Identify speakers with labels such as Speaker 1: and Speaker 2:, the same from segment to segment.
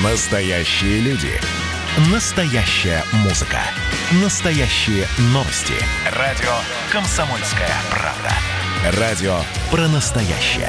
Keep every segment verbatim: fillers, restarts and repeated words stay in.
Speaker 1: Настоящие люди. Настоящая музыка. Настоящие новости. Радио «Комсомольская правда». Радио про настоящее.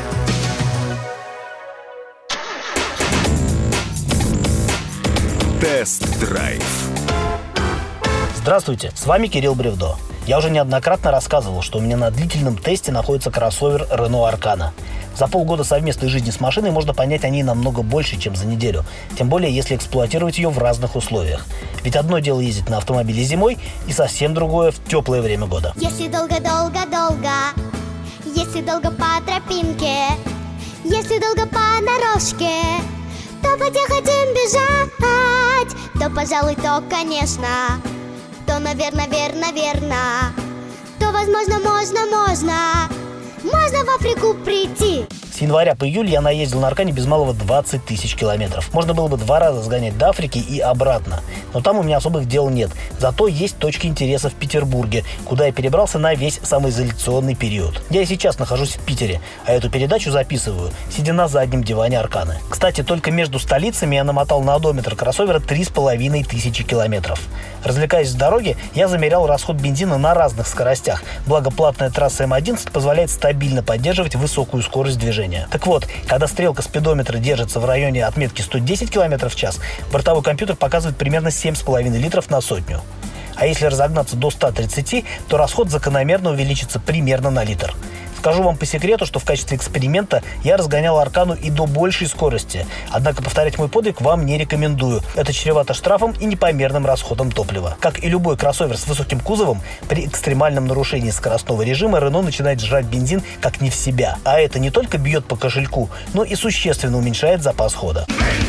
Speaker 1: Тест-драйв.
Speaker 2: Здравствуйте, с вами Кирилл Бревдо. Я уже неоднократно рассказывал, что у меня на длительном тесте находится кроссовер Renault Arkana. За полгода совместной жизни с машиной можно понять о ней намного больше, чем за неделю. Тем более, если эксплуатировать ее в разных условиях. Ведь одно дело ездить на автомобиле зимой, и совсем другое в теплое время года.
Speaker 3: Если долго-долго-долго, если долго по тропинке, если долго по дорожке, то где хотим бежать, то, пожалуй, то, конечно, то, наверное, верно, верно, то, возможно, можно, можно, можно в Африку прийти.
Speaker 2: С января по июль я наездил на Аркане без малого двадцать тысяч километров. Можно было бы два раза сгонять до Африки и обратно. Но там у меня особых дел нет. Зато есть точки интереса в Петербурге, куда я перебрался на весь самоизоляционный период. Я и сейчас нахожусь в Питере, а эту передачу записываю, сидя на заднем диване Арканы. Кстати, только между столицами я намотал на одометр кроссовера три с половиной тысячи километров. Развлекаясь с дороги, я замерял расход бензина на разных скоростях. Благо, платная трасса эм одиннадцать позволяет стабильно поддерживать высокую скорость движения. Так вот, когда стрелка спидометра держится в районе отметки сто десять километров в час, бортовой компьютер показывает примерно семь с половиной литров на сотню. А если разогнаться до ста тридцати, то расход закономерно увеличится примерно на литр. Скажу вам по секрету, что в качестве эксперимента я разгонял Аркану и до большей скорости. Однако повторять мой подвиг вам не рекомендую. Это чревато штрафом и непомерным расходом топлива. Как и любой кроссовер с высоким кузовом, при экстремальном нарушении скоростного режима Renault начинает жрать бензин как не в себя. А это не только бьет по кошельку, но и существенно уменьшает запас хода.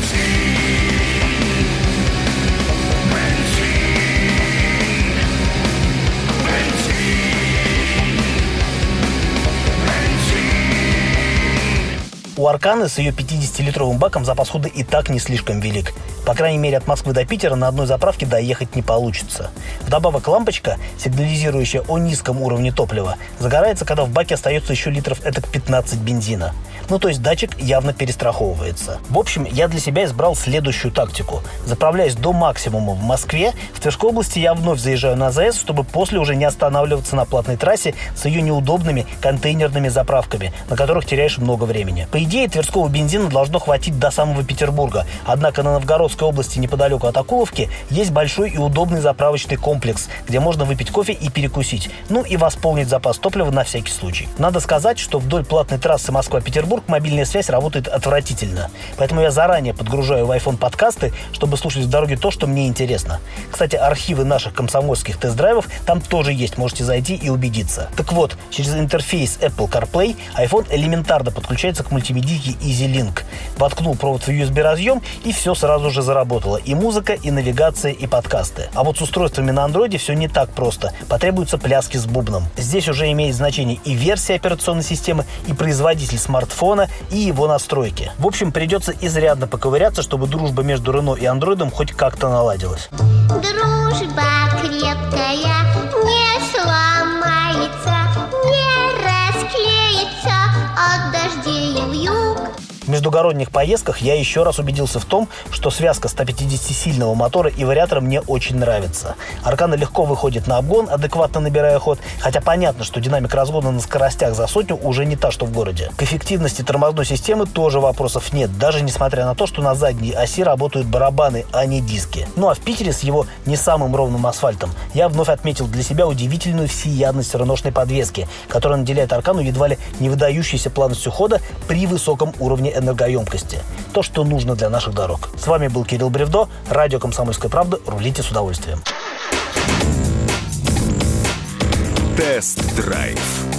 Speaker 2: У Арканы с ее пятидесятилитровым баком запас хода и так не слишком велик. По крайней мере, от Москвы до Питера на одной заправке доехать не получится. Вдобавок, лампочка, сигнализирующая о низком уровне топлива, загорается, когда в баке остается еще литров этак пятнадцать бензина. Ну, то есть датчик явно перестраховывается. В общем, я для себя избрал следующую тактику. Заправляясь до максимума в Москве, в Тверской области я вновь заезжаю на АЗС, чтобы после уже не останавливаться на платной трассе с ее неудобными контейнерными заправками, на которых теряешь много времени. По идее, тверского бензина должно хватить до самого Петербурга. Однако на Новгородской области, неподалеку от Окуловки, есть большой и удобный заправочный комплекс, где можно выпить кофе и перекусить. Ну и восполнить запас топлива на всякий случай. Надо сказать, что вдоль платной трассы Москва-Петербург мобильная связь работает отвратительно. Поэтому я заранее подгружаю в iPhone подкасты, чтобы слушать в дороге то, что мне интересно. Кстати, архивы наших комсомольских тест-драйвов там тоже есть, можете зайти и убедиться. Так вот, через интерфейс Apple CarPlay iPhone элементарно подключается к мультимедийке EasyLink. Воткнул провод в ю эс би-разъем, и все сразу же заработало. И музыка, и навигация, и подкасты. А вот с устройствами на андроиде все не так просто. Потребуются пляски с бубном. Здесь уже имеет значение и версия операционной системы, и производитель смартфона, и его настройки. В общем, придется изрядно поковыряться, чтобы дружба между Renault и андроидом хоть как-то наладилась.
Speaker 3: Дружба крепкая не сломается, не расклеится от дождей и вьюг.
Speaker 2: В междугородних поездках я еще раз убедился в том, что связка ста пятидесятисильного мотора и вариатора мне очень нравится. Аркана легко выходит на обгон, адекватно набирая ход, хотя понятно, что динамика разгона на скоростях за сотню уже не та, что в городе. К эффективности тормозной системы тоже вопросов нет, даже несмотря на то, что на задней оси работают барабаны, а не диски. Ну а в Питере с его не самым ровным асфальтом я вновь отметил для себя удивительную всеядность реношной подвески, которая наделяет Аркану едва ли не выдающейся плавностью хода при высоком уровне энергоемкости. То, что нужно для наших дорог. С вами был Кирилл Бревдо, радио «Комсомольская правда». Рулите с удовольствием.
Speaker 1: Тест-драйв.